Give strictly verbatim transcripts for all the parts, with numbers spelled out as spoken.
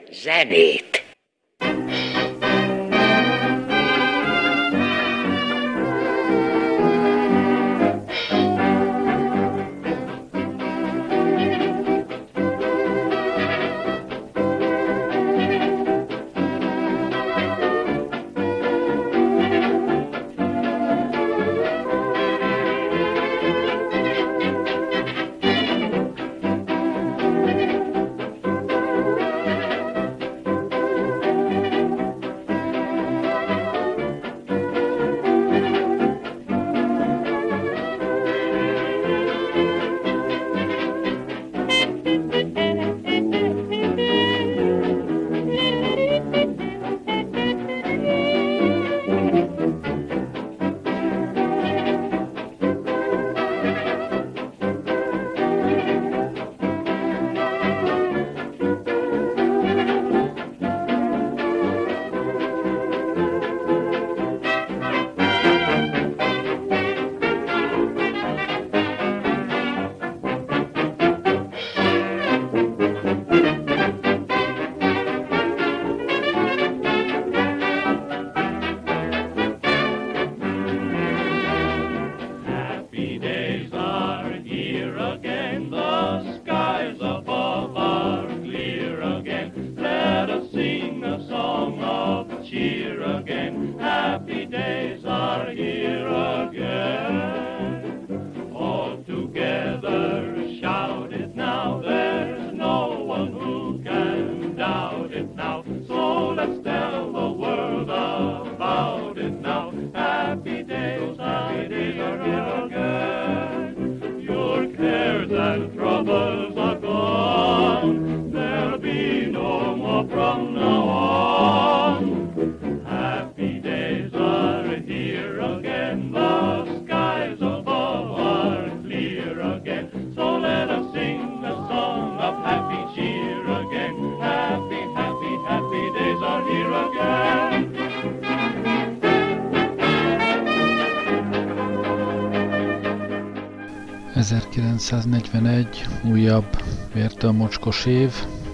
zenét. ezerkilencszáznegyvenegy újabb vértől mocskos év,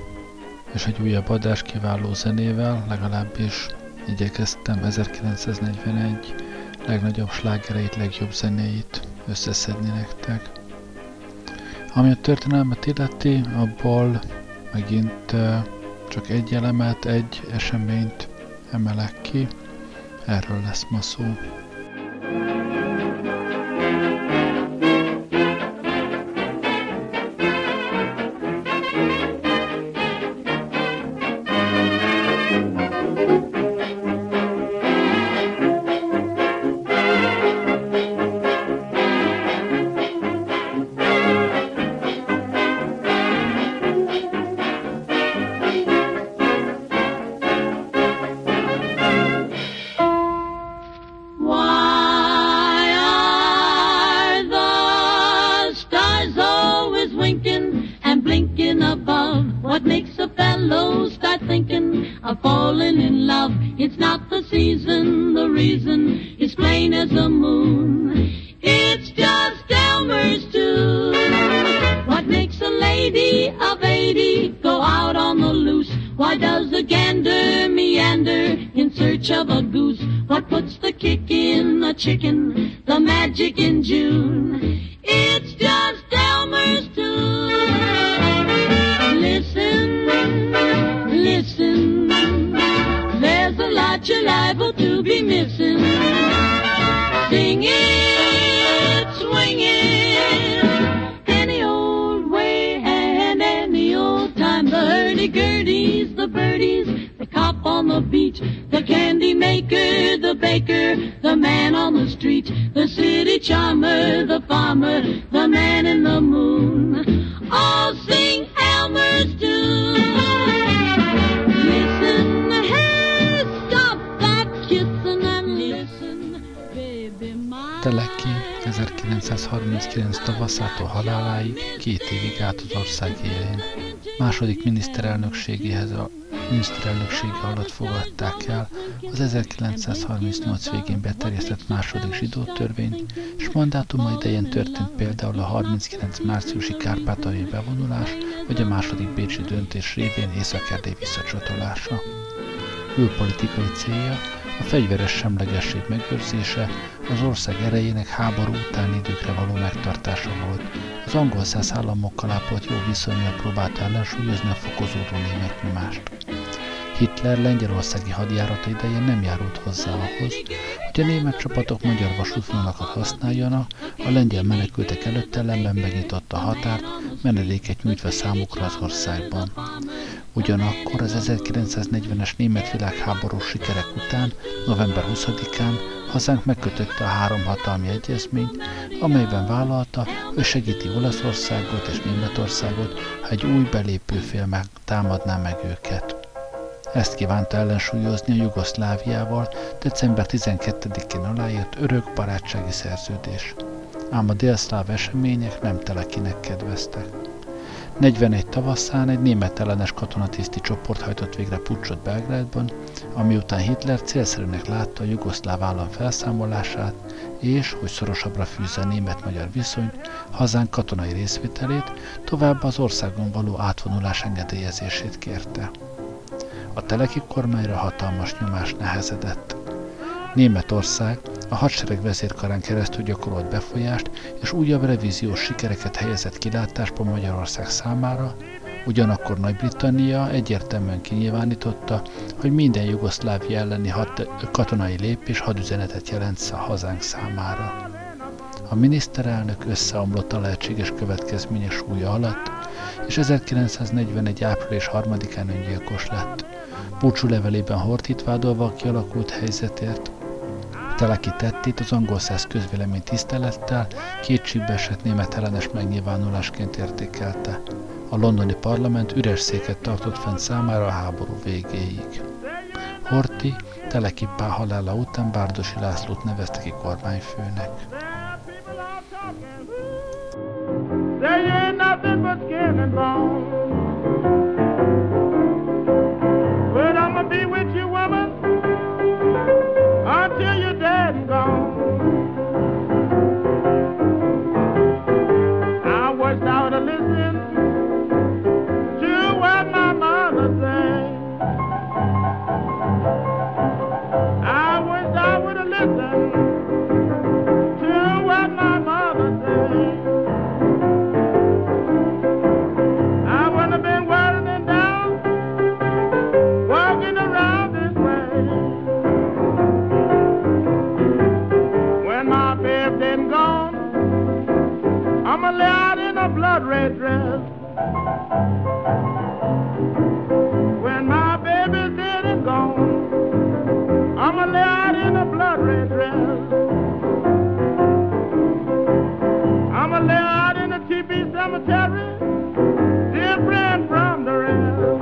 és egy újabb adás kiváló zenével, legalábbis igyekeztem ezerkilencszáznegyvenegy legnagyobb slágereit, legjobb zenéit összeszedni nektek. Ami a történelmet illeti, abból megint csak egy elemet, egy eseményt emelek ki, erről lesz ma szó. Teleki ezerkilencszázharminckilenc tavaszától haláláig két évig állt az ország élén. Második miniszterelnökségéhez a miniszterelnöksége alatt fogadták el az ezerkilencszázharmincnyolc végén beterjesztett második zsidó törvényt, és mandátuma idején történt például a harminckilenc márciusi kárpátaljai bevonulás, vagy a második bécsi döntés révén Észak-Erdély visszacsatolása. Külpolitikai célja a fegyveres semlegesség megőrzése, az ország erejének háború utáni időkre való megtartása volt. Az angol-szász államokkal ápolt jó viszonnyal próbálta ellensúlyozni a fokozódó német nyomást. Hitler lengyelországi hadjárata idején nem járult hozzá ahhoz, hogy a német csapatok magyar vasútvonalakat használjanak, a lengyel menekültek előtt ellenben megnyitotta a határt, menedéket nyújtva számukra az országban. Ugyanakkor az ezerkilencszáznegyvenes német világháborús sikerek után, november huszadikán hazánk megkötötte a három hatalmi egyezményt, amelyben vállalta, hogy segíti Olaszországot és Németországot, ha egy új belépő fél meg támadná meg őket. Ezt kívánta ellensúlyozni a Jugoszláviával december tizenkettedikén aláírt örök barátsági szerződés. Ám a délszláv események nem Telekinek kedveztek. negyvenegy tavaszán egy német ellenes katonatiszti csoport hajtott végre puccsot Belgrádban, ami után Hitler célszerűnek látta a jugoszláv állam felszámolását, és, hogy szorosabbra fűzze a német-magyar viszonyt, hazánk katonai részvételét, továbbá az országon való átvonulás engedélyezését kérte. A Teleki kormányra hatalmas nyomás nehezedett. Németország a hadsereg vezérkarán keresztül gyakorolt befolyást és újabb revíziós sikereket helyezett kilátásba Magyarország számára, ugyanakkor Nagy-Britannia egyértelműen kinyilvánította, hogy minden Jugoszlávia elleni hat- katonai lépés hadüzenetet jelent a hazánk számára. A miniszterelnök összeomlott a lehetséges következmények súlya alatt, és ezerkilencszáznegyvenegy április harmadikán öngyilkos lett. Búcsúlevelében Horthyt vádolva a kialakult helyzetért, Teleki tettét az angol-szász közvélemény tisztelettel kétségbe esett német ellenes megnyilvánulásként értékelte. A londoni parlament üres széket tartott fenn számára a háború végéig. Horthy Teleki Pál halála után Bárdossy Lászlót nevezte ki kormányfőnek. Until you're dead and gone, I was out to listen to what my mother said. I was out to listen to what my mother said. I wouldn't have been worrying and down, walking around this way. Been gone, I'ma lay out in a blood red dress. When my baby's dead and gone, I'ma lay out in a blood red dress. I'ma lay out in a T B cemetery, different from the rest.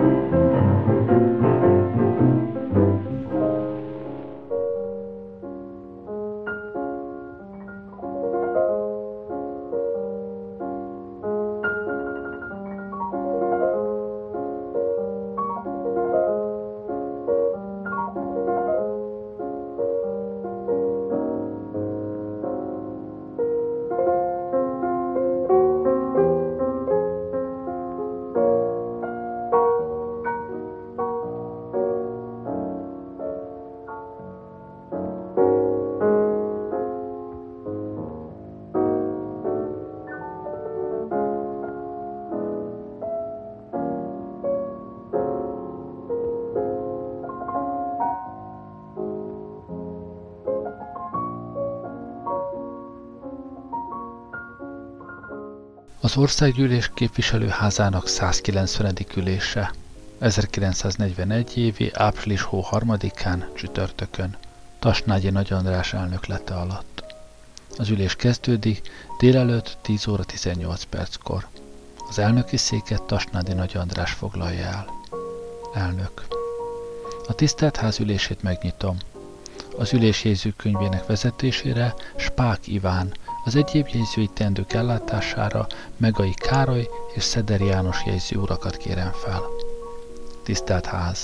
Az Országgyűlés képviselőházának százkilencvenedik ülése ezerkilencszáznegyvenegy évi április hó harmadikán csütörtökön, Tasnágyi Nagy András elnöklete alatt. Az ülés kezdődik délelőtt tíz óra tizennyolc perckor. Az elnöki széket Tasnádi Nagy András foglalja el. Elnök. A tisztelt ház ülését megnyitom. Az ülés jegyzőkönyvének vezetésére Spák Iván, az egyéb jegyzői teendők ellátására Megai Károly és Szeder János jegyző urakat kérem fel. Tisztelt ház!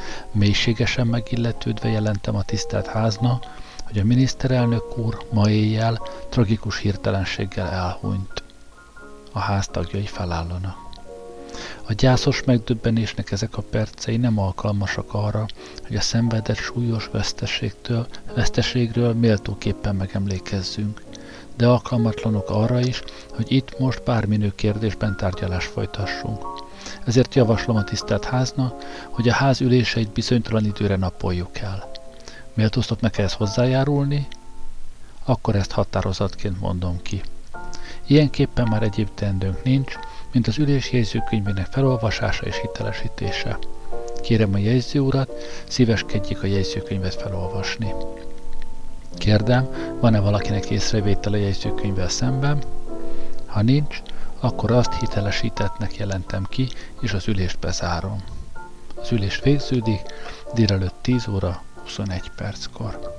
Mélységesen megilletődve jelentem a tisztelt házna, hogy a miniszterelnök úr ma éjjel tragikus hirtelenséggel elhunyt. A ház tagjai felállanak. A gyászos megdöbbenésnek ezek a percei nem alkalmasak arra, hogy a szenvedett súlyos veszteségtől, veszteségről méltóképpen megemlékezzünk, de alkalmatlanok arra is, hogy itt most bárminő kérdésben tárgyalást folytassunk. Ezért javaslom a tisztelt házna, hogy a ház üléseit bizonytalan időre napoljuk el. Méltóztok ehhez hozzájárulni? Akkor ezt határozatként mondom ki. Ilyenképpen már egyéb teendőnk nincs, mint az ülés jegyzőkönyvének felolvasása és hitelesítése. Kérem a jegyző urat, szíveskedjék a jegyzőkönyvet felolvasni. Kérdem, van-e valakinek észrevétel a jegyzőkönyvvel szemben? Ha nincs, akkor azt hitelesítettnek jelentem ki, és az ülést bezárom. Az ülés végződik délelőtt tíz óra huszonegy perckor.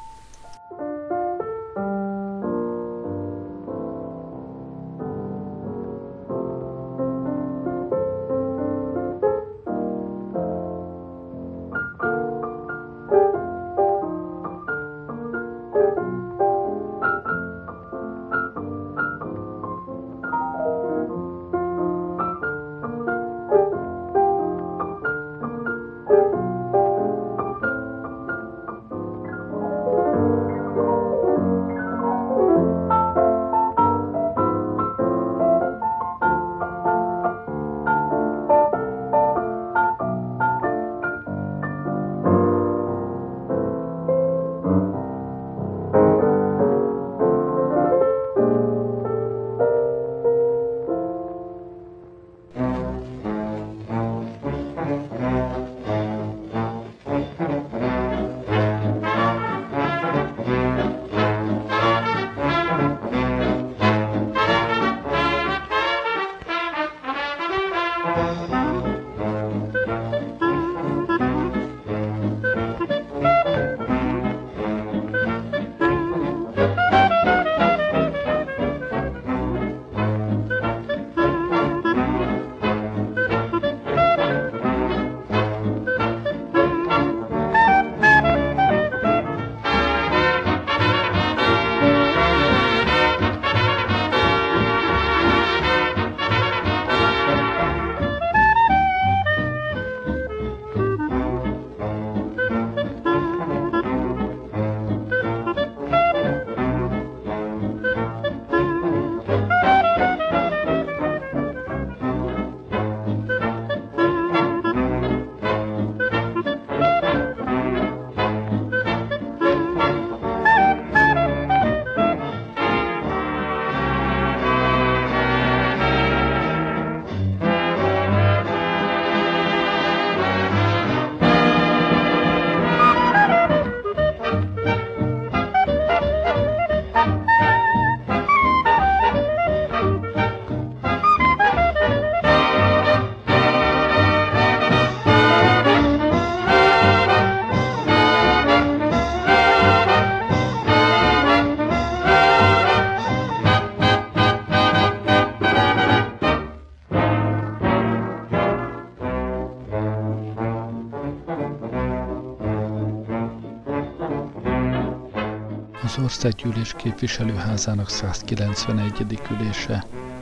Az Országgyűlés képviselőházának százkilencvenegyedik ülése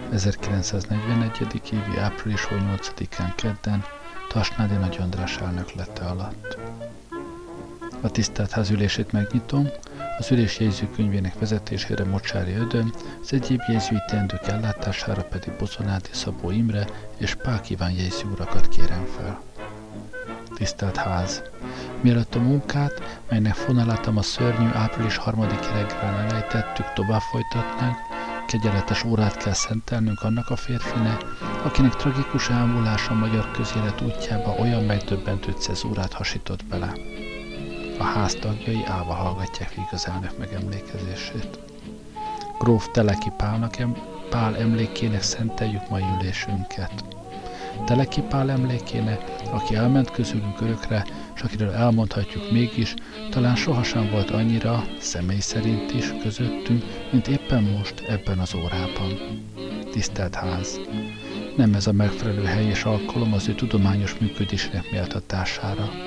ezerkilencszáznegyvenegy. évi április huszonnyolcadikán kedden Tasnádi Nagy András elnöklete alatt. A tisztelt ház ülését megnyitom, az ülés jegyzőkönyvének vezetésére Mocsári Ödön, az egyéb jegyzői teendők ellátására pedig Bozonádi Szabó Imre és Pák Iván jegyző urakat kérem fel. Tisztelt ház! Mielőtt a munkát, melynek fonalátam a szörnyű április harmadiki reggelen elejtettük, tovább folytatnánk, kegyeletes órát kell szentelnünk annak a férfinek, akinek tragikus elmúlása a magyar közélet útjába olyan megdöbbentő cezúrát hasított bele. A ház tagjai állva hallgatják végig az elnök megemlékezését. Gróf Teleki Pálnak em- Pál emlékének szenteljük mai ülésünket. Teleki Pál emlékének, aki elment közülünk örökre, és akiről elmondhatjuk mégis, talán sohasem volt annyira, személy szerint is közöttünk, mint éppen most ebben az órában. Tisztelt ház! Nem ez a megfelelő hely és alkalom az ő tudományos működésének méltatására.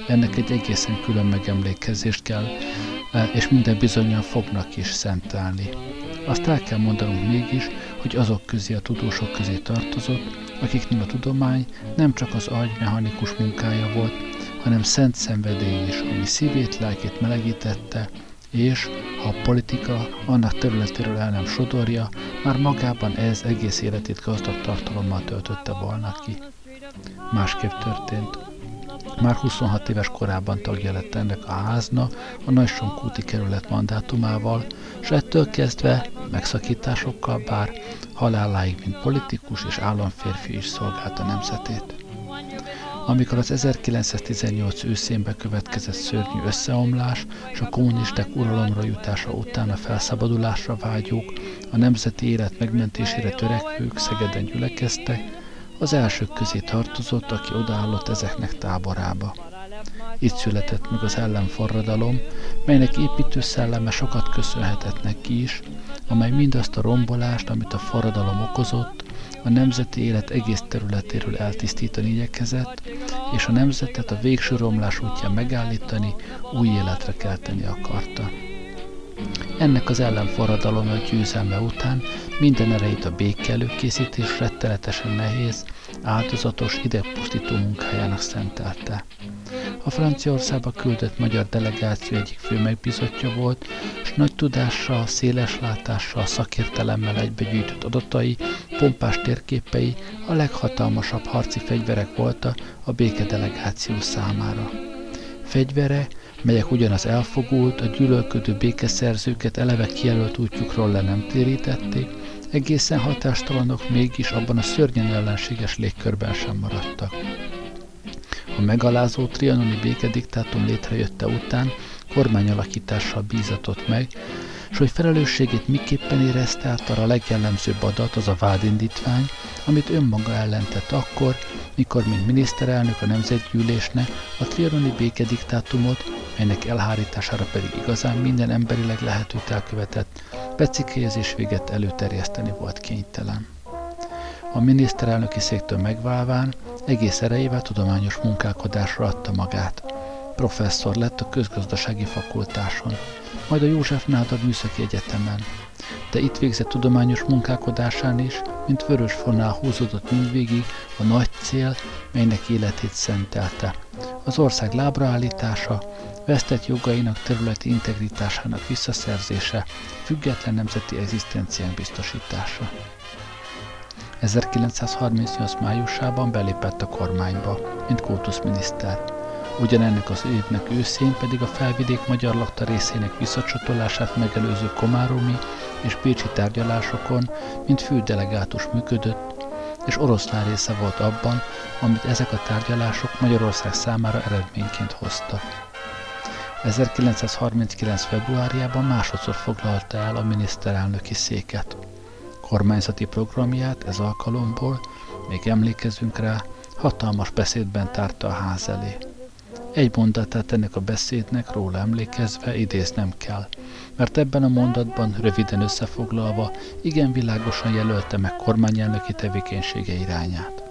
ennek egy egészen külön megemlékezést kell, és minden bizonnyal fognak is szentelni. Azt el kell mondanunk mégis, hogy azok közé, a tudósok közé tartozott, akiknél a tudomány nem csak az agy mechanikus munkája volt, hanem szent szenvedély is, ami szívét, lelkét melegítette, és ha a politika annak területéről el nem sodorja, már magában ez egész életét gazdag tartalommal töltötte volna ki. Másképp történt. Már huszonhat éves korában tagja lett ennek a háznak a Nagysonkúti kerület mandátumával, és ettől kezdve megszakításokkal bár haláláig, mint politikus és államférfi is szolgálta nemzetét. Amikor az ezerkilencszáztizennyolc őszén bekövetkezett szörnyű összeomlás és a kommunisták uralomra jutása után a felszabadulásra vágyók, a nemzeti élet megmentésére törekvők Szegeden gyülekeztek, az elsők közé tartozott, aki odaállott ezeknek táborába. Itt született meg az ellenforradalom, melynek építő szelleme sokat köszönhetett neki is, amely mindazt a rombolást, amit a forradalom okozott, a nemzeti élet egész területéről eltisztítani igyekezett, és a nemzetet a végső romlás útján megállítani, új életre kelteni akarta. Ennek az ellenforradalomnak győzelme után minden erejét a béke előkészítés rettenetesen nehéz, áldozatos, idegpusztító munkájának szentelte. A Franciaországba küldött magyar delegáció egyik fő megbízottja volt, és nagy tudással, széles látással, szakértelemmel egybegyűjtött adatai, pompás térképei a leghatalmasabb harci fegyverek voltak a békedelegáció számára. Fegyvere, melyek ugyanaz elfogult, a gyűlölködő békeszerzőket eleve kijelölt útjukról le nem térítették, egészen hatástalanok mégis abban a szörnyen ellenséges légkörben sem maradtak. A megalázó trianoni békediktátum létrejötte után kormányalakítással bízatott meg, és hogy felelősségét miképpen érezte át, arra a legjellemzőbb adat az a vádindítvány, amit önmaga ellen tett akkor, mikor mint miniszterelnök a Nemzetgyűlésnek a trianoni békediktátumot, melynek elhárítására pedig igazán minden emberileg lehetőt elkövetett, becikelyezés véget előterjeszteni volt kénytelen. A miniszterelnöki széktől megválván egész erejével tudományos munkálkodásra adta magát. Professzor lett a közgazdasági fakultáson, majd a József Nádor Műszaki Egyetemen, de itt végzett tudományos munkálkodásán is, mint vörös fonál húzódott mindvégig a nagy cél, melynek életét szentelte. Az ország lábraállítása, vesztett jogainak területi integritásának visszaszerzése, független nemzeti egzisztenciánk biztosítása. ezerkilencszázharmincnyolc májusában belépett a kormányba, mint kultuszminiszter. Ugyanennek az évnek őszén pedig a felvidék magyar lakta részének visszacsatolását megelőző komáromi és bécsi tárgyalásokon, mint fődelegátus működött, és oroszlán része volt abban, amit ezek a tárgyalások Magyarország számára eredményként hoztak. ezerkilencszázharminckilenc februárjában másodszor foglalta el a miniszterelnöki széket. Kormányzati programját ez alkalomból, még emlékezünk rá, hatalmas beszédben tárta a ház elé. Egy mondatát ennek a beszédnek róla emlékezve idéznem kell, mert ebben a mondatban röviden összefoglalva igen világosan jelölte meg kormányelnöki tevékenysége irányát.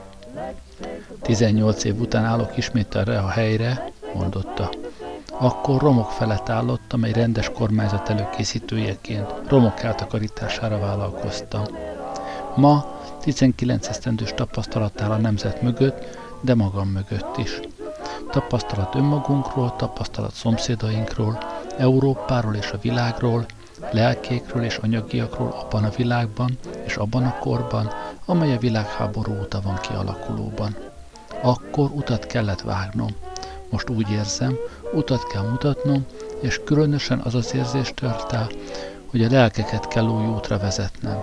tizennyolc év után állok ismét erre a helyre, mondotta. Akkor romok felett állott, amely rendes kormányzat előkészítőjeként romok eltakarítására vállalkoztam. Ma tizenkilenc esztendős tapasztalat áll a nemzet mögött, de magam mögött is. Tapasztalat önmagunkról, tapasztalat szomszédainkról, Európáról és a világról, lelkékről és anyagiakról abban a világban és abban a korban, amely a világháború óta van kialakulóban. Akkor utat kellett vágnom. Most úgy érzem, utat kell mutatnom, és különösen az az érzés tört el, hogy a lelkeket kell új útra vezetnem.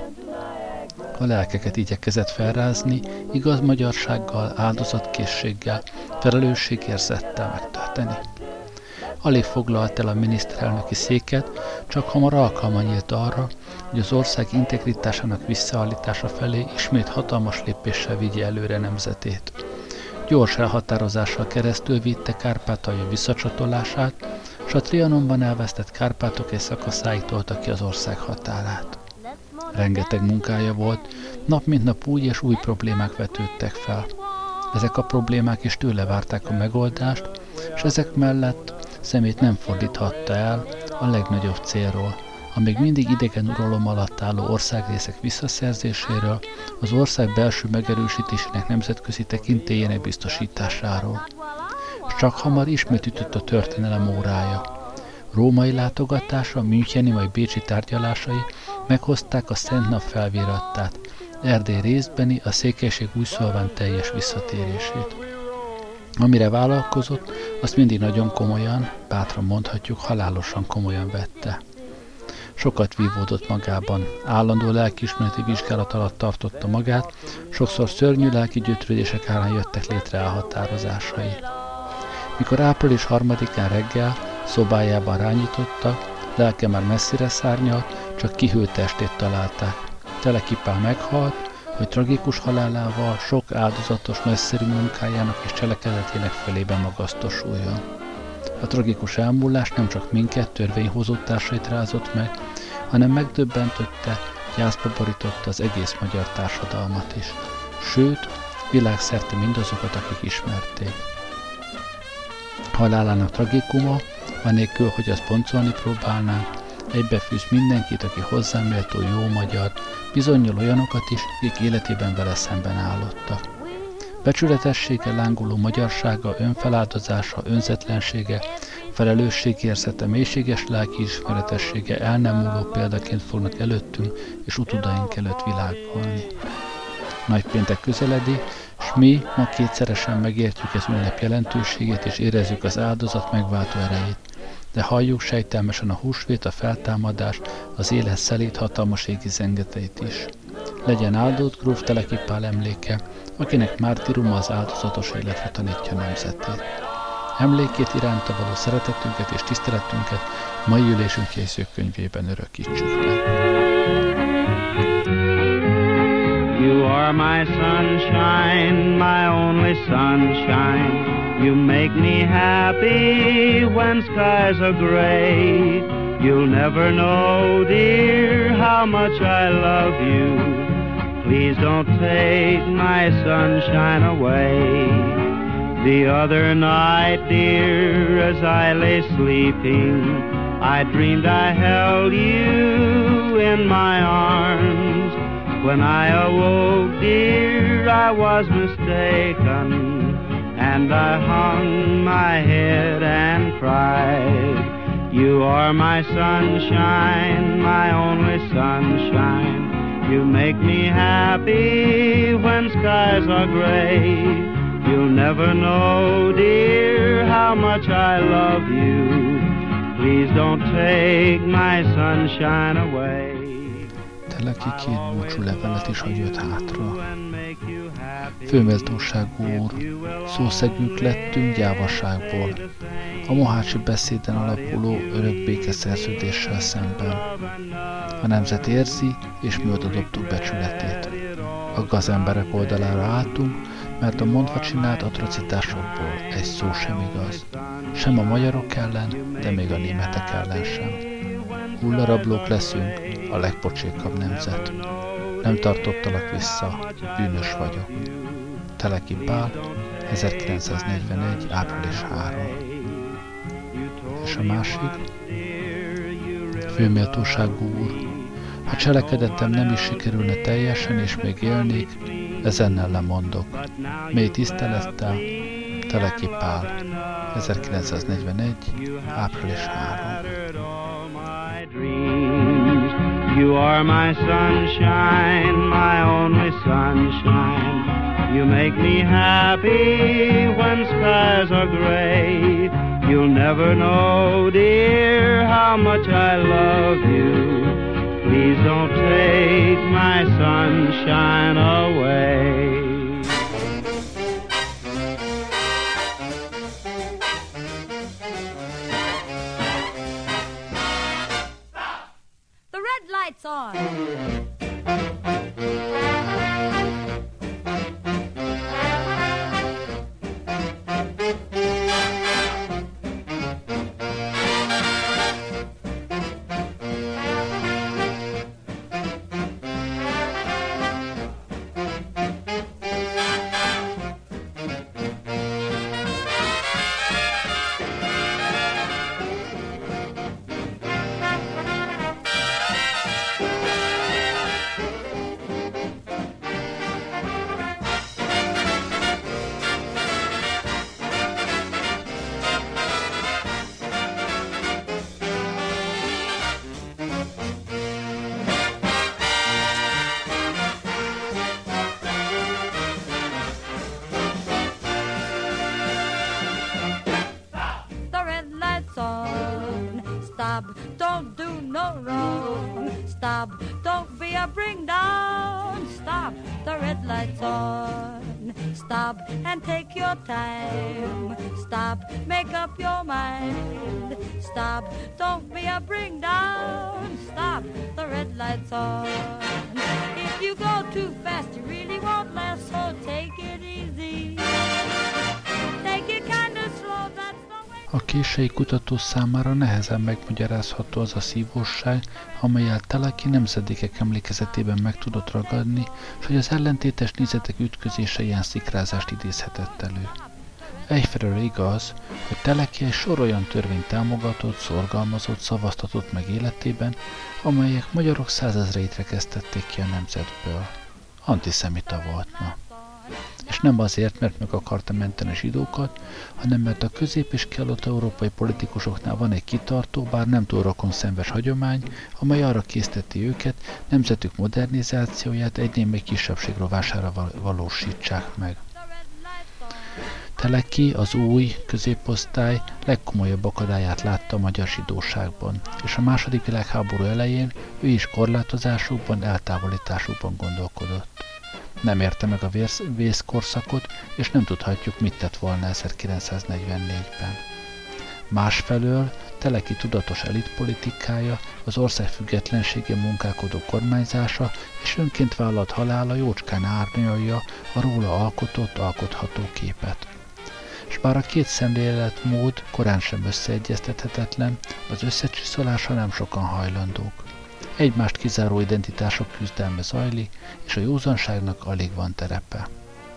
A lelkeket igyekezett felrázni, igaz magyarsággal, áldozatkészséggel, felelősségérzettel megtölteni. Alig foglalt el a miniszterelnöki széket, csak hamar alkalma nyílt arra, hogy az ország integritásának visszaállítása felé ismét hatalmas lépéssel vigye előre nemzetét. Gyors elhatározással keresztül vitte Kárpátalja visszacsatolását, s a Trianonban elvesztett Kárpátok egy szakaszáig tolta ki az ország határát. Rengeteg munkája volt, nap mint nap új és új problémák vetődtek fel. Ezek a problémák is tőle várták a megoldást, és ezek mellett szemét nem fordíthatta el a legnagyobb célról, a még mindig idegen uralom alatt álló országrészek visszaszerzéséről, az ország belső megerősítésének nemzetközi tekintélyének biztosításáról. És csak hamar ismét ütött a történelem órája. Római látogatása, müncheni majd bécsi tárgyalásai meghozták a Szent Nap felvírattát, Erdély részbeni, a székelység újszolván teljes visszatérését. Amire vállalkozott, azt mindig nagyon komolyan, bátran mondhatjuk, halálosan komolyan vette. Sokat vívódott magában, állandó lelkiismereti vizsgálat alatt tartotta magát, sokszor szörnyű lelki gyötrődések árán jöttek létre elhatározásai. Mikor április harmadikán reggel szobájában rányította, lelke már messzire szárnyalt, csak kihűlt testét találták. Teleki Pál meghalt, hogy tragikus halálával sok áldozatos nagyszerű munkájának és cselekedetének felében magasztosuljon. A tragikus elmúlás nem csak minket, törvényhozó társait rázott meg, hanem megdöbbentötte, gyászba borította az egész magyar társadalmat is. Sőt, világszerte mindazokat, akik ismerték. Halálának tragikuma, anélkül, hogy azt boncolni próbálnánk, egybefűz mindenkit, aki hozzám méltó jó magyar, bizonnyol olyanokat is, akik életében vele szemben állottak. Becsületessége, lángoló magyarsága, önfeláldozása, önzetlensége, felelősségérzete, mélységes lelkiismeretessége el nem múló példaként fognak előttünk és utudaink előtt világolni. Nagypéntek közeledi, s mi ma kétszeresen megértjük ez ünnep jelentőségét és érezzük az áldozat megváltó erejét. De halljuk sejtelmesen a húsvét, a feltámadás, az élet szelíd hatalmas égi zengeteit is. Legyen áldott gróf Teleki Pál emléke, akinek mártíruma az áldozatos életre tanítja nemzetét. Emlékét iránta való szeretetünket és tiszteletünket mai ülésünk jegyzőkönyvében örökítsük meg. You are my sunshine, my only sunshine. You make me happy when skies are gray. You'll never know, dear, how much I love you. Please don't take my sunshine away. The other night, dear, as I lay sleeping, I dreamed I held you in my arms. When I awoke, dear, I was mistaken, and I hung my head and cried. You are my sunshine, my only sunshine. You make me happy when skies are gray. You'll never know, dear, how much I love you. Please don't take my sunshine away. Teleki két búcsú levelet is hagyott hátra. Főméltóságú úr, szószegünk lettünk gyávaságból, a mohácsi beszéden alapuló örök békeszerződéssel szemben. A nemzet érzi, és mi oda dobtuk becsületét. A gazemberek oldalára álltunk, mert a mondva csinált atrocitásokból egy szó sem igaz. Sem a magyarok ellen, de még a németek ellen sem. Hullarablók leszünk, a legpocsékabb nemzet. Nem tartottalak vissza, bűnös vagyok. Teleki Pál, ezerkilencszáznegyvenegy. április harmadika. És a másik? Főméltóságú úr, ha cselekedetem nem is sikerülne teljesen, és még élnék, ezennel lemondok. Mély tisztelettel, Teleki Pál, ezerkilencszáznegyvenegy. április harmadika. You are my sunshine, my only sunshine. You make me happy when skies are gray. You'll never know, dear, how much I love you. Please don't take my sunshine away. The red light's on. doing no wrong. Stop, don't be a bring down. Stop, the red light's on. Stop and take your time. Stop, make up your mind. Stop, don't be a bring down. Stop, the red light's on. If you go too fast, you really won't last, so take it easy. Take it kind of slow, that's the way. A késői kutató számára nehezen megmagyarázható az a szívóság, amelyel Teleki nemzedékek emlékezetében meg tudott ragadni, és hogy az ellentétes nézetek ütközése ilyen szikrázást idézhetett elő. Egyfelől igaz, hogy Teleki egy sor olyan törvényt támogatott, szorgalmazott, szavaztatott meg életében, amelyek magyarok százezreit rekesztették ki a nemzetből. Antiszemita volt, na. És nem azért, mert meg akarta menteni a zsidókat, hanem mert a közép- és kelet-európai politikusoknál van egy kitartó, bár nem túl rokonszenves hagyomány, amely arra készteti őket, nemzetük modernizációját egy némely kisebbség rovására valósítsák meg. Teleki, az új középosztály legkomolyabb akadályát látta a magyar zsidóságban, és a második világháború elején ő is korlátozásukban, eltávolításukban gondolkodott. Nem érte meg a vész, vészkorszakot, és nem tudhatjuk, mit tett volna ezerkilencszáznegyvennégyben. Másfelől Teleki tudatos elitpolitikája, az ország függetlenségén munkálkodó kormányzása és önként vállalt halála jócskán árnyalja a róla alkotott, alkotható képet. És bár a két szemléletmód korán sem összeegyeztethetetlen, az összecsiszolása nem sokan hajlandók. Egymást kizáró identitások küzdelme zajlik, és a józanságnak alig van terepe.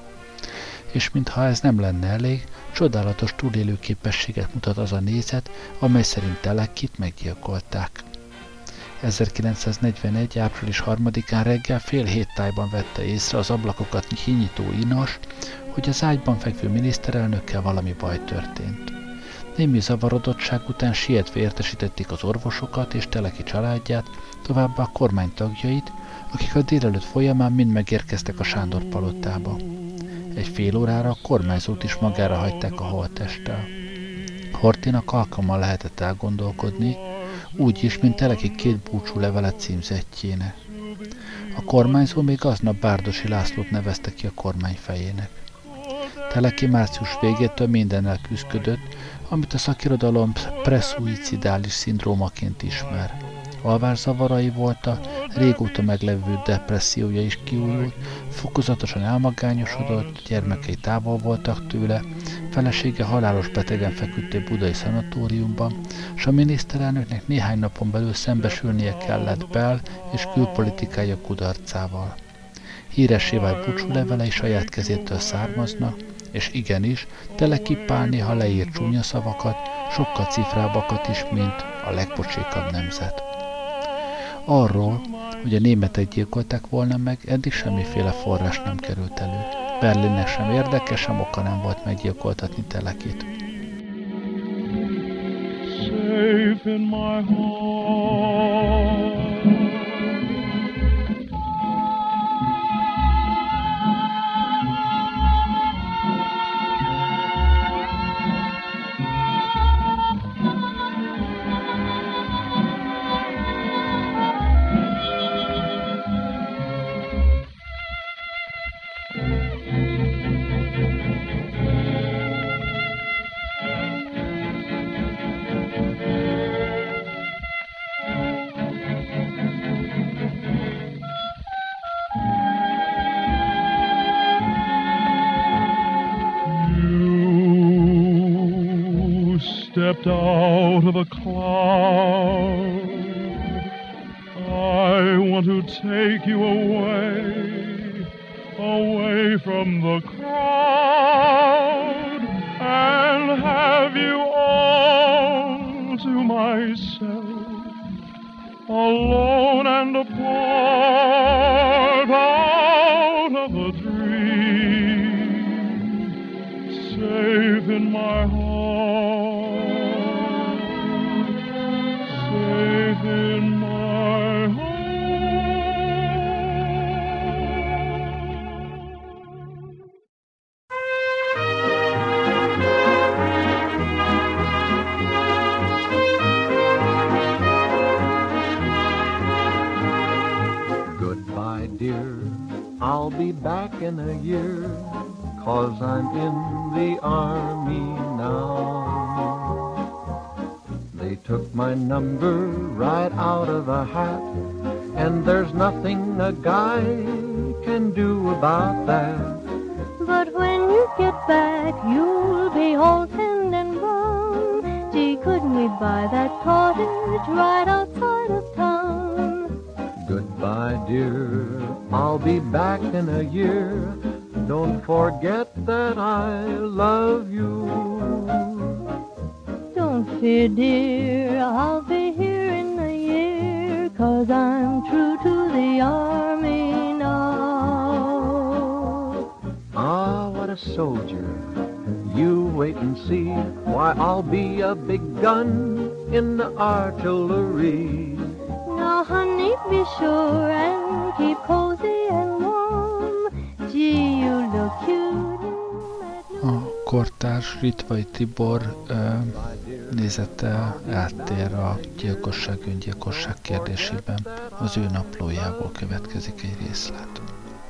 És mintha ez nem lenne elég, csodálatos túlélő képességet mutat az a nézet, amely szerint Telekit meggyilkolták. ezerkilencszáznegyvenegy. április harmadikán reggel fél hét tájban vette észre az ablakokat kinyitó Inas, hogy az ágyban fekvő miniszterelnökkel valami baj történt. Némi zavarodottság után sietve értesítették az orvosokat és Teleki családját, továbbá a kormány tagjait, akik a délelőtt folyamán mind megérkeztek a Sándor palotába. Egy fél órára a kormányzót is magára hagyták a holttesttel. Horthynak alkalommal lehetett elgondolkodni, úgy is, mint Teleki két búcsú levelet címzettjének. A kormányzó még aznap Bárdossy Lászlót nevezte ki a kormány fejének. Teleki március végétől mindennel küzdködött, amit a szakirodalom presszuicidális szindrómaként ismer. Alvászavarai voltak, régóta meglevő depressziója is kiújult, fokozatosan elmagányosodott, gyermekei távol voltak tőle, felesége halálos betegen feküdt egy budai szanatóriumban, s a miniszterelnöknek néhány napon belül szembesülnie kellett bel- és külpolitikája kudarcával. Híressé vált búcsúlevelei saját kezétől származnak, és igenis, Teleki Pál néha leírt csúnya szavakat, sokkal cifrábbakat is, mint a legpocsékabb nemzet. Arról, hogy a németek gyilkolták volna meg, eddig semmiféle forrás nem került elő. Berlinnek sem érdekes, sem oka nem volt meggyilkoltatni Telekit. Safe in my heart. Stepped out of a cloud. I want to take you away, away from the crowd, and have you all to myself, alone and apart out of a dream, safe in my heart. I'll be back in a year, 'cause I'm in the army now. They took my number right out of a hat, and there's nothing a guy can do about that. But when you get back, you'll be all tanned and brown. Gee, couldn't we buy that cottage right outside of town? Goodbye, dear, I'll be back in a year. Don't forget that I love you. Don't fear, dear, I'll be here in a year, 'cause I'm true to the army now. Ah, what a soldier. You wait and see. Why, I'll be a big gun in the artillery. Now, honey, be sure and keep cozy and warm. Gee, you look cute. A kortárs Ritvai Tibor ö, nézete eltér a gyilkosság, öngyilkosság kérdésében. Az ő naplójából következik egy részlet.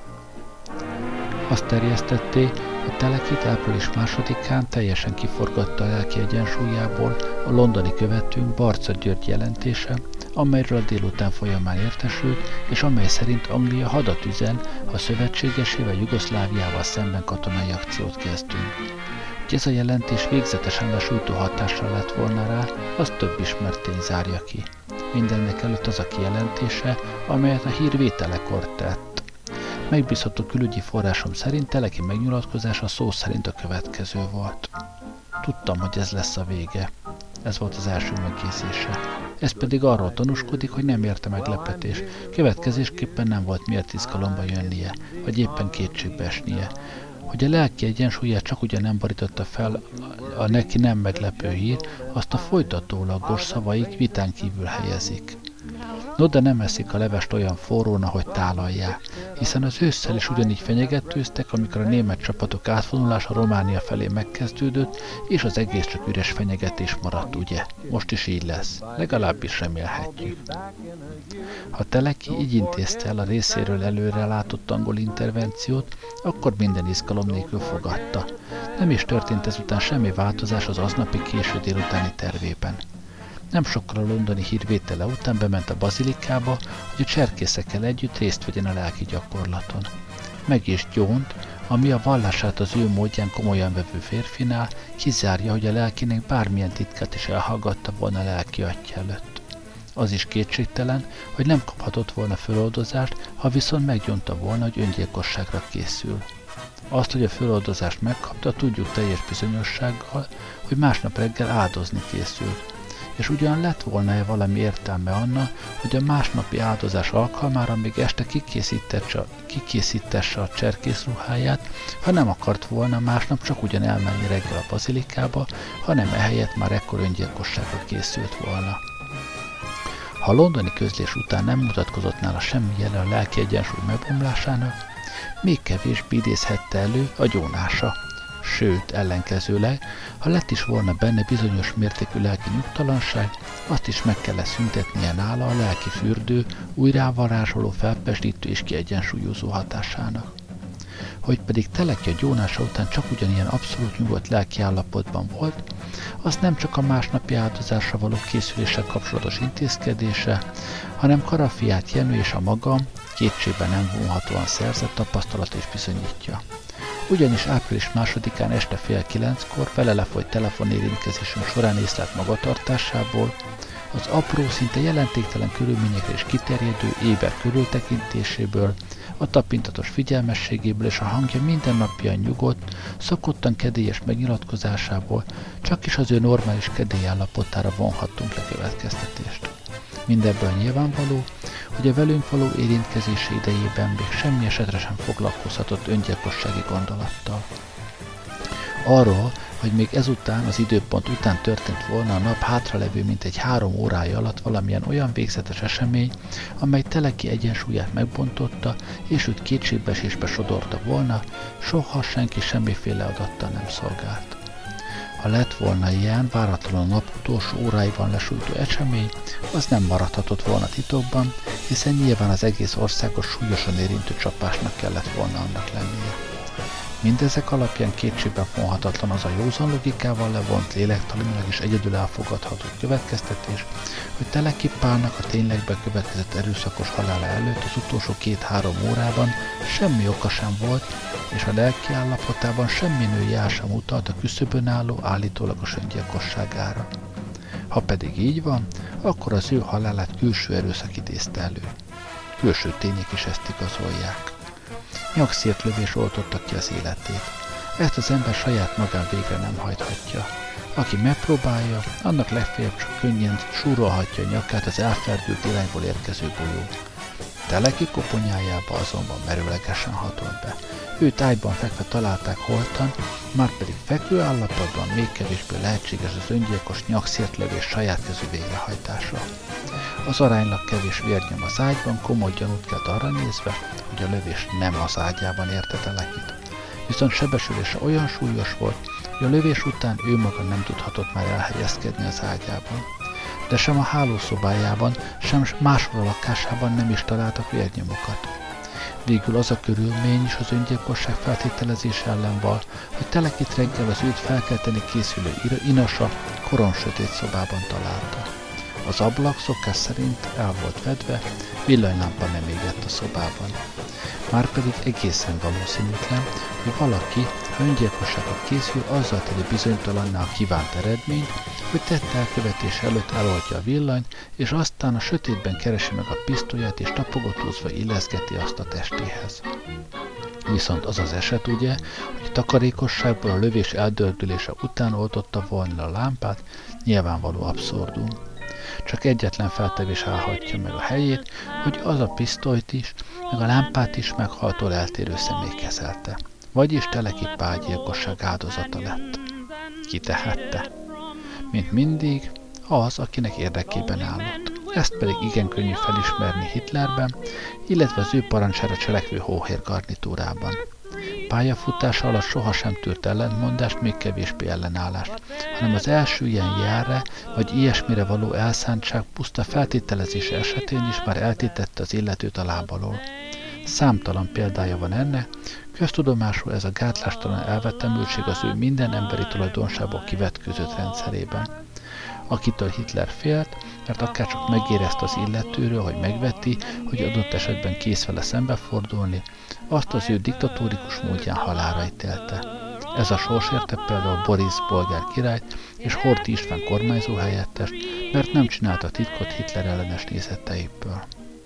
Azt terjesztették, a Telekit április másodikán teljesen kiforgatta a lelki egyensúlyából a londoni követőnk Barca György jelentése, amelyről a délután folyamán értesült, és amely szerint Anglia hadat üzen, ha szövetségesével Jugoszláviával szemben katonai akciót kezdünk. Hogy ez a jelentés végzetesen lesújtó hatással lett volna rá, az több ismert tény zárja ki. Mindennek előtt az a kijelentése, amelyet a hír vételekor tett. Megbízható külügyi forrásom szerint Teleki megnyilatkozása szó szerint a következő volt. Tudtam, hogy ez lesz a vége. Ez volt az első megjegyzése. Ez pedig arról tanúskodik, hogy nem érte meglepetés, következésképpen nem volt miért izgalomba jönnie, vagy éppen kétségbe esnie. Hogy a lelki egyensúlyát csak ugyan nem borította fel a neki nem meglepő hír, azt a folytatólagos szavaik vitán kívül helyezik. No, de nem eszik a levest olyan forrón, ahogy tálalják, hiszen az ősszel is ugyanígy fenyegetőztek, amikor a német csapatok átvonulása Románia felé megkezdődött, és az egész csak üres fenyegetés maradt, ugye? Most is így lesz, legalábbis remélhetjük. Ha Teleki így intézte el a részéről előre látott angol intervenciót, akkor minden izgalom nélkül fogadta. Nem is történt ezután semmi változás az aznapi késő délutáni tervében. Nem sokkal a londoni hírvétele után bement a bazilikába, hogy a cserkészekkel együtt részt vegyen a lelki gyakorlaton. Meg is gyónt, ami a vallását az ő módján komolyan vevő férfinál kizárja, hogy a lelkinek bármilyen titkát is elhallgatta volna a lelki atya előtt. Az is kétségtelen, hogy nem kaphatott volna föloldozást, ha viszont meggyónta volna, hogy öngyilkosságra készül. Azt, hogy a föloldozást megkapta, tudjuk teljes bizonyossággal, hogy másnap reggel áldozni készült. És ugyan lett volna-e valami értelme anna, hogy a másnapi áldozás alkalmára még este kikészítesse a cserkészruháját, ha nem akart volna másnap csak ugyan elmenni reggel a bazilikába, hanem ehelyett már ekkor öngyilkosságra készült volna. Ha a londoni közlés után nem mutatkozott nála semmi jele a lelki egyensúly megbomlásának, még kevésbé idézhette elő a gyónása. Sőt, ellenkezőleg, ha lett is volna benne bizonyos mértékű lelki nyugtalanság, azt is meg kellett szüntetnie nála a lelki fürdő, újrávarázsoló, felpesdítő és kiegyensúlyozó hatásának. Hogy pedig Teleki a gyónása után csak ugyanilyen abszolút nyugodt lelki állapotban volt, azt nem csak a másnapi áldozásra való készüléssel kapcsolatos intézkedése, hanem Karafiát Jenő és a magam kétségben nem vonhatóan szerzett tapasztalat is bizonyítja. Ugyanis április másodikán este fél kilenckor vele lefolyt telefonérintkezésünk során észlelt magatartásából, az apró, szinte jelentéktelen körülményekre is kiterjedő éber körültekintéséből, a tapintatos figyelmességéből és a hangja mindennapján nyugodt, szokottan kedélyes megnyilatkozásából csak is az ő normális kedélyállapotára vonhattunk le következtetést. Mindebből nyilvánvaló, hogy a velünk való érintkezése idejében még semmi esetre sem foglalkozhatott öngyilkossági gondolattal. Arról, hogy még ezután, az időpont után történt volna a nap hátralevő mintegy három órája alatt valamilyen olyan végzetes esemény, amely Teleki egyensúlyát megbontotta, és őt kétségbeesésbe sodorta volna, soha senki semmiféle adattal nem szolgált. Ha lett volna ilyen, váratlan nap utolsó óráiban lesújtó esemény, az nem maradhatott volna titokban, hiszen nyilván az egész országos súlyosan érintő csapásnak kellett volna annak lennie. Mindezek alapján kétségbe vonhatatlan az a józan logikával levont, lélektanilag is egyedül elfogadható következtetés, hogy Teleki Pálnak a tényleg bekövetkezett erőszakos halála előtt az utolsó két-három órában semmi oka sem volt, és a lelki állapotában semmi női jel sem utalt a küszöbön álló állítólagos öngyilkosságára. Ha pedig így van, akkor az ő halálát külső erőszak idézte elő. Külső tények is ezt igazolják. Nyakszért lövés oltotta ki az életét. Ezt az ember saját magán végre nem hajthatja. Aki megpróbálja, annak legfeljebb csak könnyen súrolhatja a nyakát az elferdült irányból érkező golyó. Teleki koponyájába azonban merőlegesen hatolt be. Őt ágyban fekve találták holtan, márpedig fekvő állapotban még kevésbé lehetséges az öngyilkos nyakszértlövés saját kezű végrehajtása. Az aránylag kevés vérnyom az ágyban komoly gyanút kelt arra nézve, hogy a lövés nem az ágyában érte Telekit. Viszont sebesülése olyan súlyos volt, hogy a lövés után ő maga nem tudhatott már elhelyezkedni az ágyában. De sem a hálószobájában, sem máshol a lakásában nem is találtak vérnyomokat. Végül az a körülmény is az öngyilkosság feltételezés ellen val, hogy Telekit reggel az őt felkelteni készülő inasa koron sötét szobában találta. Az ablak szokás szerint el volt vedve, villanylámpa nem égett a szobában. Márpedig egészen valószínűtlen, hogy valaki, ha öngyilkosságra készül, azzal teli bizonytalanná a kívánt eredményt, hogy tett elkövetés előtt eloltja a villanyt, és aztán a sötétben keresi meg a pisztolyát, és tapogatózva illeszgeti azt a testéhez. Viszont az az eset ugye, hogy takarékosságból a lövés eldördülése után oltotta volna a lámpát, nyilvánvaló abszurdum. Csak egyetlen feltevés állhatja meg a helyét, hogy az a pisztolyt is, meg a lámpát is meghaltól eltérő személy kezelte. Vagyis Teleki Pál gyilkosság áldozata lett. Ki tehette? Mint mindig, az, akinek érdekében állott. Ezt pedig igen könnyű felismerni Hitlerben, illetve az ő parancsára cselekvő hóhér garnitúrában. Pályafutása alatt sohasem tűrt ellentmondást, még kevésbé ellenállást, hanem az első ilyen jelre vagy ilyesmire való elszántság puszta feltételezése esetén is már eltétette az illetőt a láb alól. Számtalan példája van ennek, köztudomásul ez a gátlástalan elvetemültség az ő minden emberi tulajdonságból kivetközött rendszerében. Akitől Hitler félt, mert akárcsak megérezte az illetőről, hogy megveti, hogy adott esetben kész vele szembefordulni, azt az ő diktatórikus módján halálra ítélte. Ez a sors érte például Boris bolgár királyt és Horthy István kormányzó helyettest, mert nem csinálta titkot Hitler ellenes nézeteiből.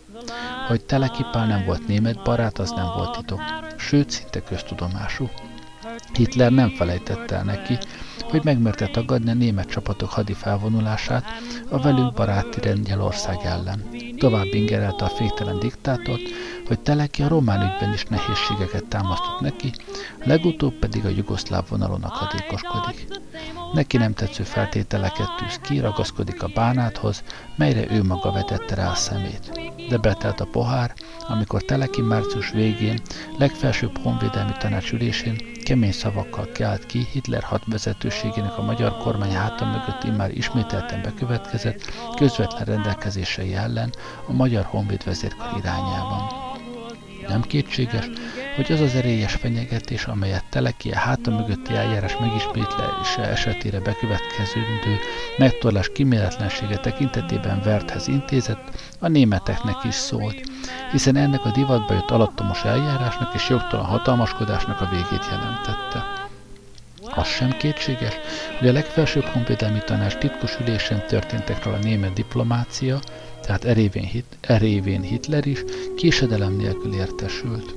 Hogy Teleki Pál nem volt német barát, az nem volt titok, sőt szinte köztudomású. Hitler nem felejtette el neki, hogy megmerte tagadni a német csapatok hadi felvonulását a velünk baráti Lengyelország ellen. Tovább ingerelte a féktelen diktátort, hogy Teleki a román ügyben is nehézségeket támasztott neki, legutóbb pedig a jugoszláv vonalon akadékoskodik. Neki nem tetsző feltételeket tűz ki, ragaszkodik a bánáthoz, melyre ő maga vetette rá a szemét. De betelt a pohár, amikor Teleki március végén, legfelsőbb honvédelmi tanács ülésén kemény szavakkal kelt ki Hitler hadvezetőségének a magyar kormány háta mögött immár ismételten bekövetkezett közvetlen rendelkezései ellen a magyar honvéd vezérkar irányában. Nem kétséges, hogy az az erélyes fenyegetés, amelyet Teleki a háta mögötti eljárás megismétlése esetére bekövetkezendő megtorlás kíméletlensége tekintetében Werthhez intézett, a németeknek is szólt, hiszen ennek a divatba jött alattomos eljárásnak és jogtalan hatalmaskodásnak a végét jelentette. Az sem kétséges, hogy a legfelsőbb honvédelmi tanács titkos ülésen történtekről a német diplomácia, tehát erévén, hit, erévén Hitler is késedelem nélkül értesült.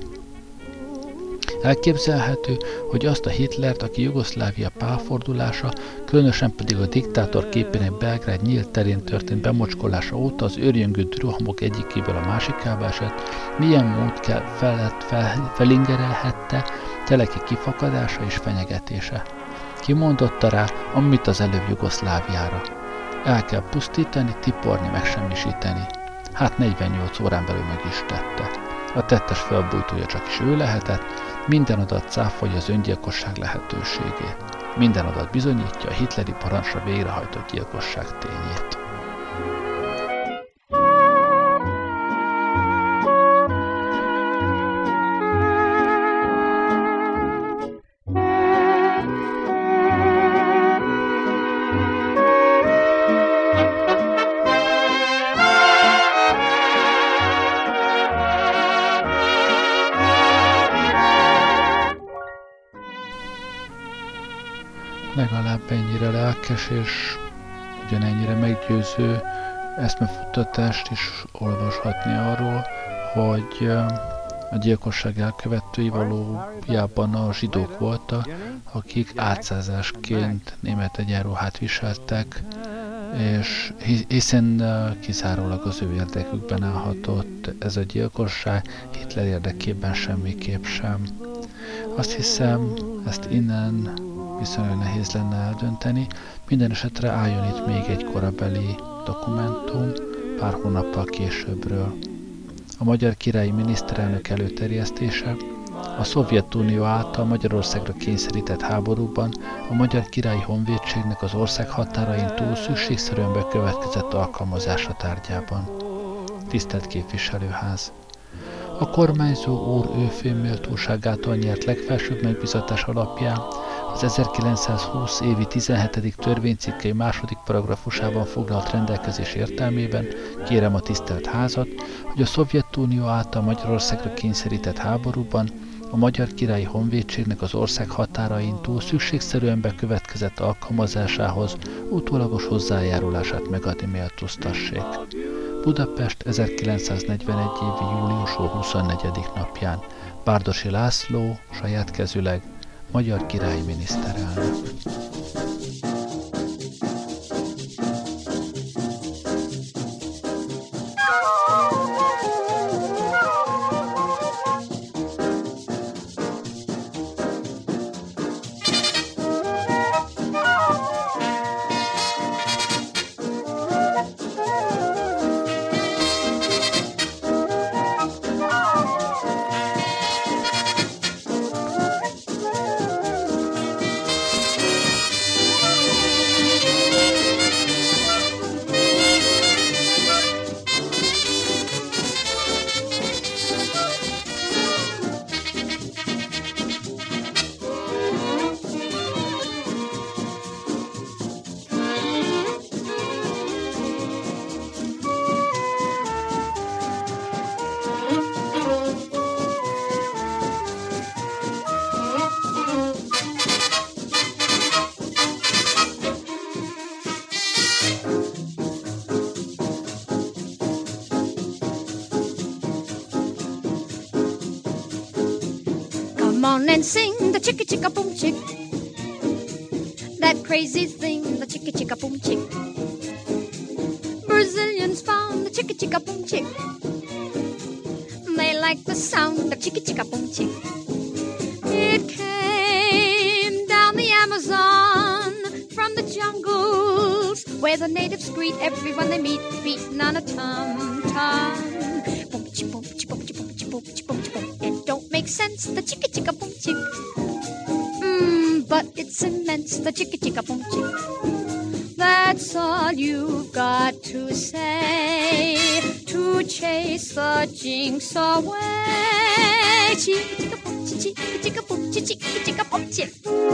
Elképzelhető, hogy azt a Hitlert, aki Jugoszlávia pálfordulása, különösen pedig a diktátor képének Belgrád nyílt terén történt bemocskolása óta az őrjöngő dürohamok egyikéből a másikába esett, milyen mód kell felett fel, felingerelhette Teleki kifakadása és fenyegetése. Kimondotta rá, amit az előbb Jugoszláviára. El kell pusztítani, tiporni, megsemmisíteni. Hát negyvennyolc órán belül meg is tette. A tettes felbújtója csak is ő lehetett, minden adat cáfolja az öngyilkosság lehetőségét. Minden adat bizonyítja a hitleri parancsra végrehajtott gyilkosság tényét. Legalább ennyire lelkes és ugyanennyire meggyőző eszmefuttatást is olvashatni arról, hogy a gyilkosság elkövetői valójában a zsidók voltak, akik átszázásként német egyenruhát viseltek, és hiszen kizárólag az ő érdekükben állhatott ez a gyilkosság, Hitler érdekében semmiképp sem. Azt hiszem, ezt innen viszonylag nehéz lenne eldönteni. Minden esetre álljon itt még egy korabeli dokumentum, pár hónappal későbbről. A magyar királyi miniszterelnök előterjesztése a Szovjetunió által Magyarországra kényszerített háborúban a Magyar Királyi Honvédségnek az ország határain túl szükségszerűen bekövetkezett alkalmazása tárgyában. Tisztelt Képviselőház! A kormányzó úr őfémméltóságától nyert legfelsőbb megbízatás alapján az ezerkilencszázhúsz évi tizenhetedik törvénycikkei második paragrafusában foglalt rendelkezés értelmében kérem a tisztelt házat, hogy a Szovjetunió által Magyarországra kényszerített háborúban a Magyar Királyi Honvédségnek az ország határain túl szükségszerűen bekövetkezett alkalmazásához utólagos hozzájárulását megadni méltóztassék. Budapest ezerkilencszáznegyvenegy évi július huszonnegyedik napján Bárdossy László saját kezüleg magyar királyi miniszterelnök. And sing the chicka chicka boom chick, that crazy thing, the chicka chicka boom chick. Brazilians found the chicka chicka boom chick. They like the sound of chicka chicka boom chick. It came down the Amazon from the jungles where the natives greet everyone they meet, beating on a tom tom. Boom chick boom chick boom chick boom chick boom chick boom chick boom. It don't make sense, the chicka chicka boom chick. Mmm, but it's immense, the chicka chicka boom chick. That's all you've got to say to chase the jinx away. Chicka chicka boom chick, chicka chicka boom chick, chicka chicka boom chick.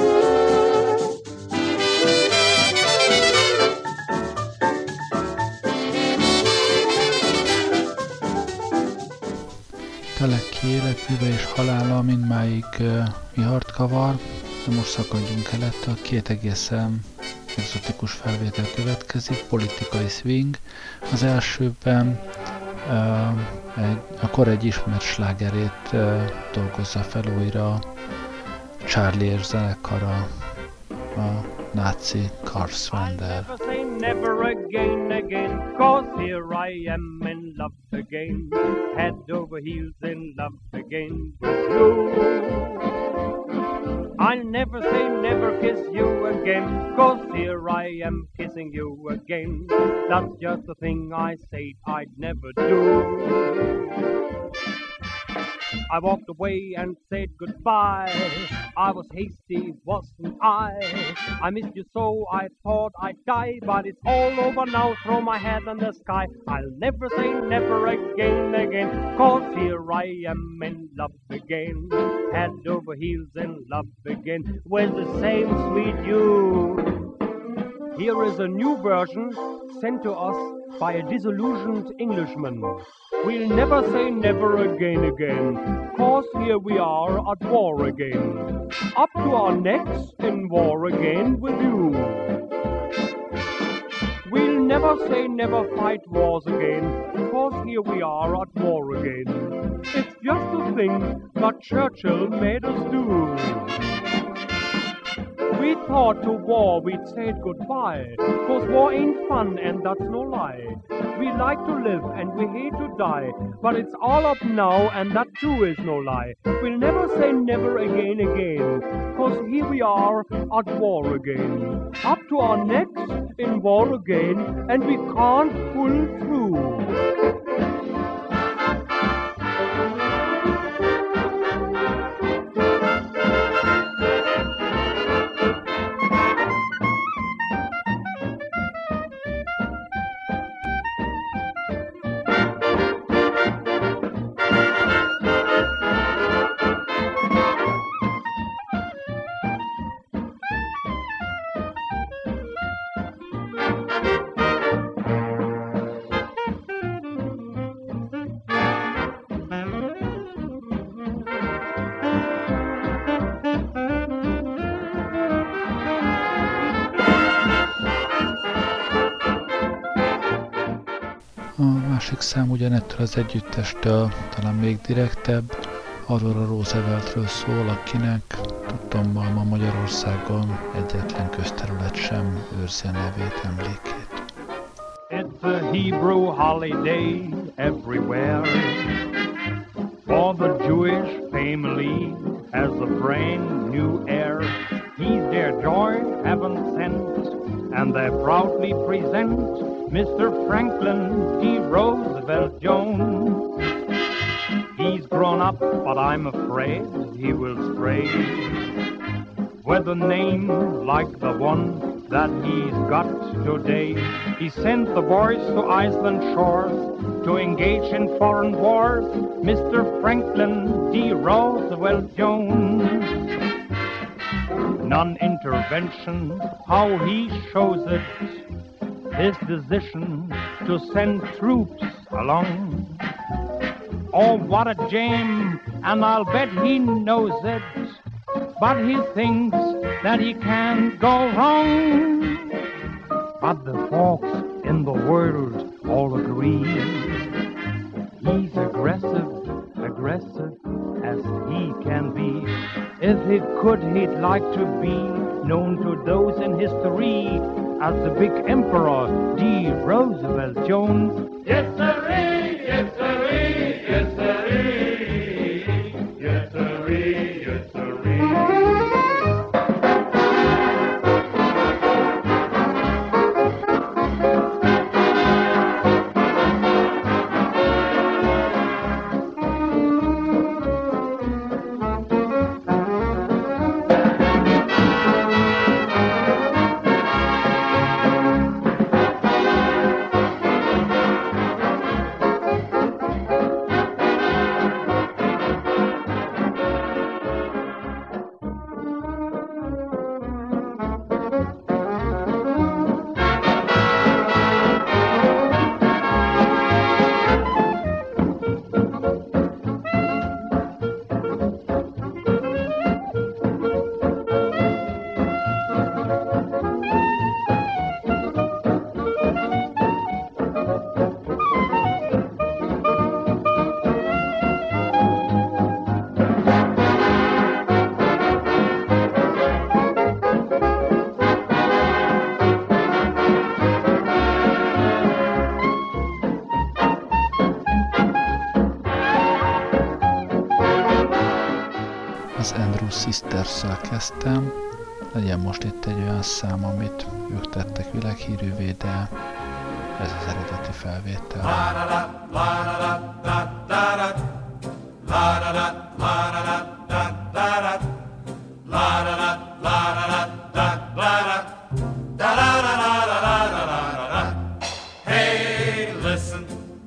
Teleki életműve és halála mindmáig uh, vihart kavar, de most szakadjunk el ettől. Két egészen egzotikus felvétel következik, politikai swing. Az elsőben uh, egy, akkor egy ismert slágerét uh, dolgozza fel újra Charlie és zenekara, a náci Karswender. Never again, again, 'cause here I am in love again, head over heels in love again with you. I'll never say never kiss you again, 'cause here I am kissing you again. That's just the thing I said I'd never do. I walked away and said goodbye. I was hasty, wasn't I? I missed you so I thought I'd die, but it's all over now, throw my head in the sky. I'll never say never again, again, 'cause here I am in love again, head over heels in love again, with the same sweet you. Here is a new version sent to us by a disillusioned Englishman. We'll never say never again again, 'cause here we are at war again, up to our necks in war again with you. We'll never say never fight wars again, 'cause here we are at war again. It's just a thing that Churchill made us do. We thought to war we'd said goodbye, 'cause war ain't fun and that's no lie. We like to live and we hate to die, but it's all up now and that too is no lie. We'll never say never again again, 'cause here we are at war again, up to our necks in war again, and we can't pull through. A másik szám ugyanettől az együttestől, talán még direktebb, arról a Rooseveltről szól, akinek tudtommal ma Magyarországon egyetlen közterület sem őrzi a nevét, emlékét. It's a Hebrew holiday everywhere, for the Jewish family has a brand new heir. He's their joy, heaven sent, and they proudly present Mister Franklin D. Roosevelt Jones. He's grown up, but I'm afraid he will stray with a name like the one that he's got today. He sent the boys to Iceland shores to engage in foreign wars, Mister Franklin D. Roosevelt Jones. Non-intervention, how he shows it, his decision to send troops along. Oh, what a jam, and I'll bet he knows it, but he thinks that he can't go wrong. But the folks in the world all agree he's aggressive, aggressive as he can be. If he could, he'd like to be known to those in history as the big emperor D. Roosevelt Jones. Yes, sirree, yes, sirree, yes, sirree, yes, sirree, yes, sirree. Az Andrews Sisters-szel kezdtem, legyen most itt egy olyan szám, amit ők tettek világhírűvé, de ez az eredeti felvétel. La da da, la da da da da da. La da da, la da da da da da. Da da da da da da da da da. Hey, listen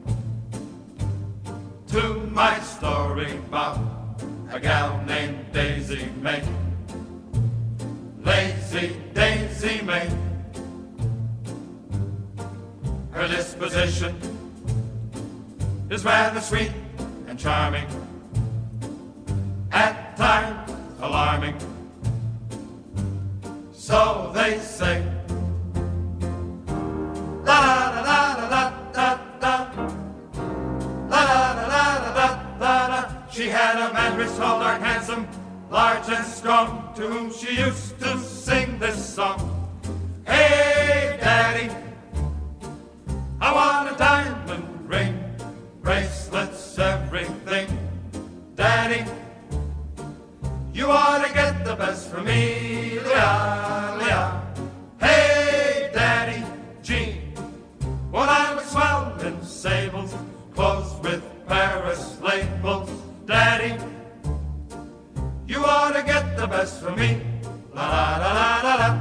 to my story about a gal named Daisy May. Lazy Daisy May. Her disposition is rather sweet and charming, at times alarming. So they say. La da da da da da da. La da da da da da da. She had a man who's tall, dark, handsome, large and strong, to whom she used to sing this song. Hey, Daddy, I want a diamond ring, bracelets, everything. Daddy, you ought to get the best for me. Lea, Lea. Hey, Daddy, gee, when I look swell in sables, clothes with Paris labels. Daddy, you ought to get the best for me. La la la la la la.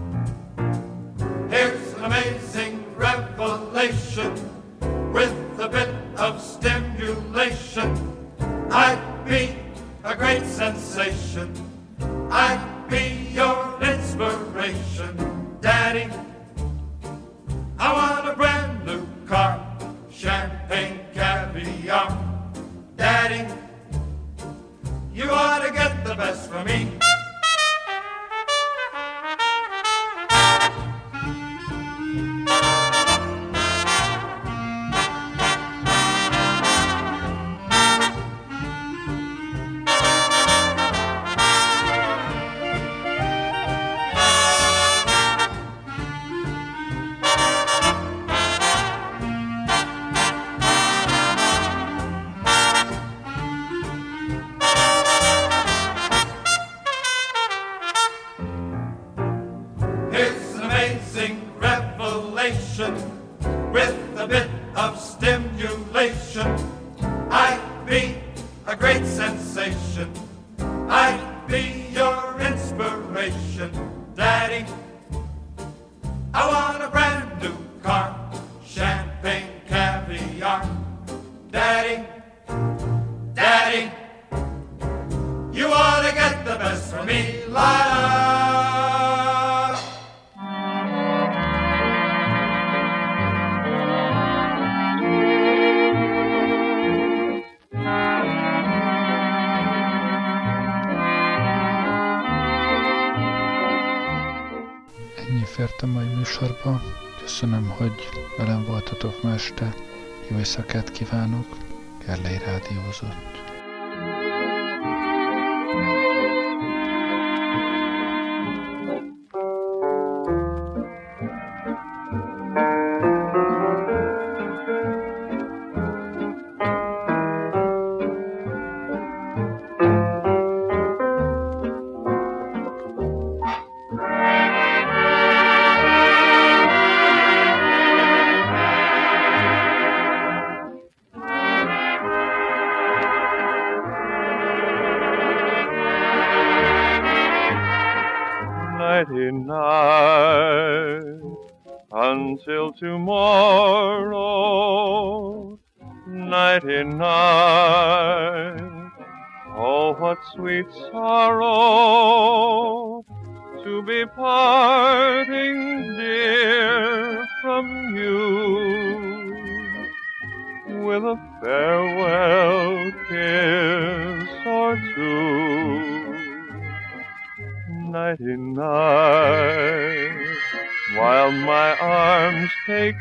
Here's an amazing revelation with a bit of stimulation. I'd be a great sensation. I'd be your inspiration. Daddy, I want a brand new car, champagne, caviar. Daddy, you ought to get the best for me. With a bit of stimulation, I'd be a great sensation. I'd be your inspiration. Daddy, I want a brand new car, champagne, caviar. Daddy, Daddy, you ought to get the best from me. La-da. Fért a mai műsorba. Köszönöm, hogy velem voltatok ma este. Jó éjszakát kívánok. Gerlei rádiózott. Night until tomorrow, nighty night. Oh, what sweet sorrow to be parting, dear, from you, with a farewell kiss or two. Nighty night, while my arms take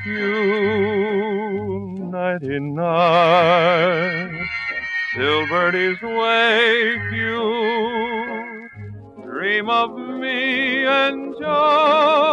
you. Nighty night, till birdies wake you. Dream of me and just